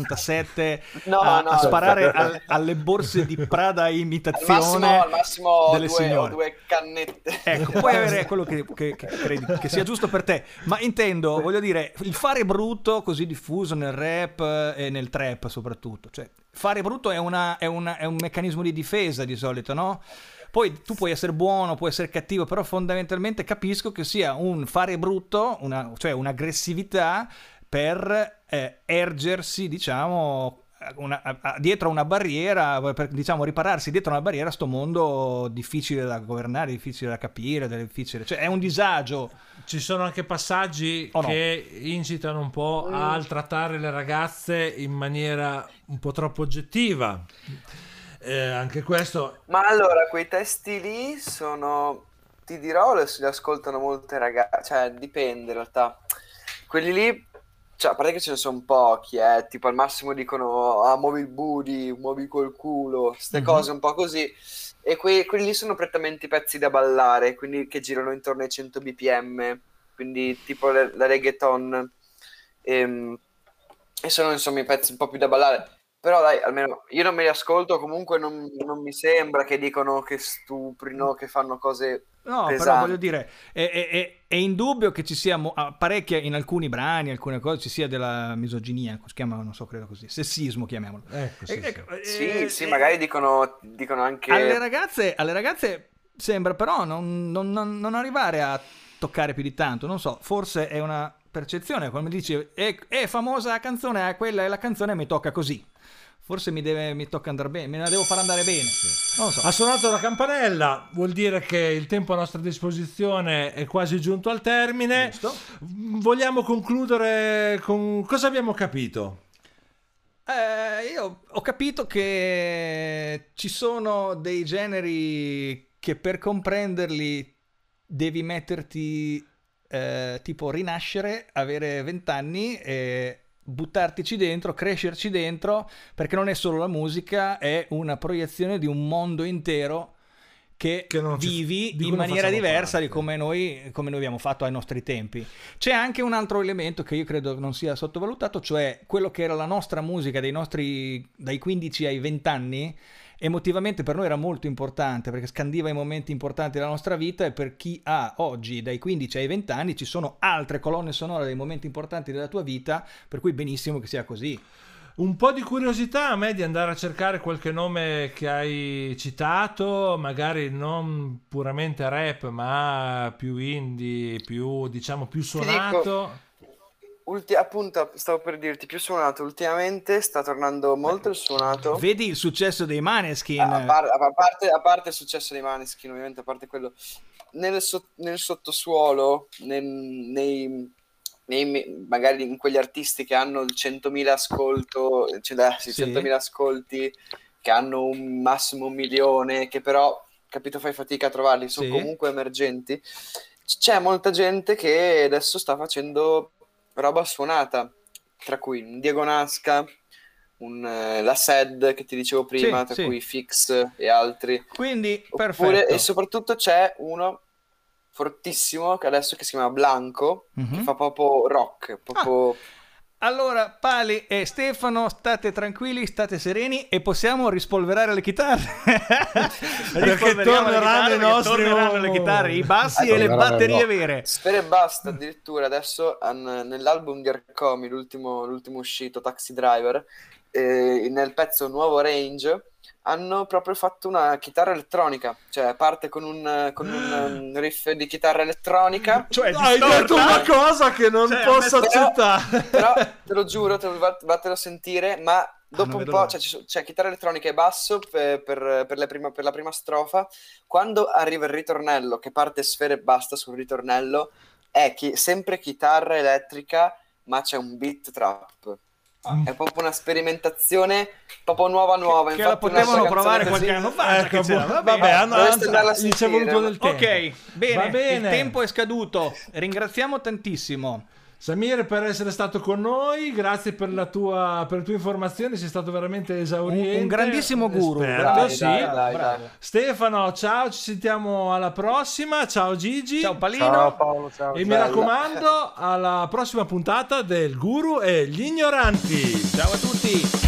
K47 a sparare alle borse di Prada imitazione al massimo delle signore, due cannette, ecco, puoi avere quello che credi che sia giusto per te, ma intendo, voglio dire, il fare brutto così diffuso nel rap e nel trap soprattutto, cioè fare brutto è un meccanismo di difesa di solito, no? Poi tu puoi essere buono, puoi essere cattivo, però fondamentalmente capisco che sia un fare brutto, cioè un'aggressività per ergersi, diciamo, dietro una barriera, per, diciamo, ripararsi dietro una barriera a sto mondo difficile da governare, difficile da capire, difficile, cioè è un disagio. Ci sono anche passaggi che incitano un po' a trattare le ragazze in maniera un po' troppo oggettiva, anche questo. Ma allora quei testi lì sono, ti dirò, li ascoltano molte ragazze, cioè dipende in realtà, quelli lì, cioè a parte che ce ne sono pochi, tipo al massimo dicono muovi il booty, muovi col culo, queste cose un po' così, e quelli lì sono prettamente pezzi da ballare, quindi che girano intorno ai 100 bpm, quindi tipo la reggaeton, e sono insomma i pezzi un po' più da ballare. Però dai, almeno io non me li ascolto, comunque non mi sembra che dicono che stuprino, che fanno cose pesanti. Però voglio dire, è indubbio che ci sia parecchia in alcuni brani, alcune cose, ci sia della misoginia, si chiama, non so, credo così, sessismo chiamiamolo. Ecco, sì, magari dicono anche... Alle ragazze sembra però non arrivare a toccare più di tanto, non so, forse è una percezione, come dici, è famosa la canzone, quella è la canzone, mi tocca così. Forse mi tocca andare bene, me la devo far andare bene. Non lo so. Ha suonato la campanella, vuol dire che il tempo a nostra disposizione è quasi giunto al termine. Giusto. Vogliamo concludere con cosa abbiamo capito? Io ho capito che ci sono dei generi che per comprenderli devi metterti tipo rinascere, avere 20 anni e buttartici dentro, crescerci dentro, perché non è solo la musica, è una proiezione di un mondo intero che vivi in maniera diversa di come noi abbiamo fatto ai nostri tempi. C'è anche un altro elemento che io credo non sia sottovalutato, cioè quello che era la nostra musica dai 15 ai 20 anni. Emotivamente per noi era molto importante perché scandiva i momenti importanti della nostra vita, e per chi ha oggi dai 15 ai 20 anni ci sono altre colonne sonore dei momenti importanti della tua vita, per cui benissimo che sia così. Un po' di curiosità a me di andare a cercare qualche nome che hai citato, magari non puramente rap ma più indie, più suonato. Appunto, stavo per dirti, più suonato ultimamente, sta tornando molto il suonato. Vedi il successo dei Maneskin. A parte il successo dei Maneskin, ovviamente, a parte quello, nel sottosuolo, magari in quegli artisti che hanno il 100.000 ascolti, che hanno un massimo 1 milione, che però, capito, fai fatica a trovarli, sono comunque emergenti. C'è molta gente che adesso sta facendo roba suonata, tra cui un Diego Nasca, la Sed che ti dicevo prima, tra cui Fix e altri. Quindi perfetto. E soprattutto c'è uno fortissimo che adesso si chiama Blanco, che fa proprio rock, proprio... Allora, Pali e Stefano, state tranquilli, state sereni e possiamo rispolverare le chitarre. Perché torneranno le chitarre, i bassi e le batterie vere. Sfere e Basta, addirittura adesso nell'album di Arcomi, l'ultimo uscito, Taxi Driver, nel pezzo Nuovo Range hanno proprio fatto una chitarra elettronica, cioè parte con un riff di chitarra elettronica. Cioè, hai detto una cosa che non posso accettare. Però te lo giuro, vattelo a sentire, ma dopo un po' c'è chitarra elettronica e basso per la prima strofa. Quando arriva il ritornello, che parte Sfere e Basta sul ritornello, è sempre chitarra elettrica, ma c'è un beat trap. È proprio una sperimentazione proprio nuova. Che la potevano provare qualche anno fa. Ecco, gli c'è voluto del tempo. Ok, bene, va bene. Il tempo è scaduto. Ringraziamo tantissimo Samir per essere stato con noi, grazie per le tue informazioni, sei stato veramente esauriente. Un grandissimo guru. Dai. Stefano, ciao, ci sentiamo alla prossima. Ciao Gigi. Ciao Palino. Ciao Paolo, ciao. E mi raccomando, alla prossima puntata del Guru e gli Ignoranti. Ciao a tutti.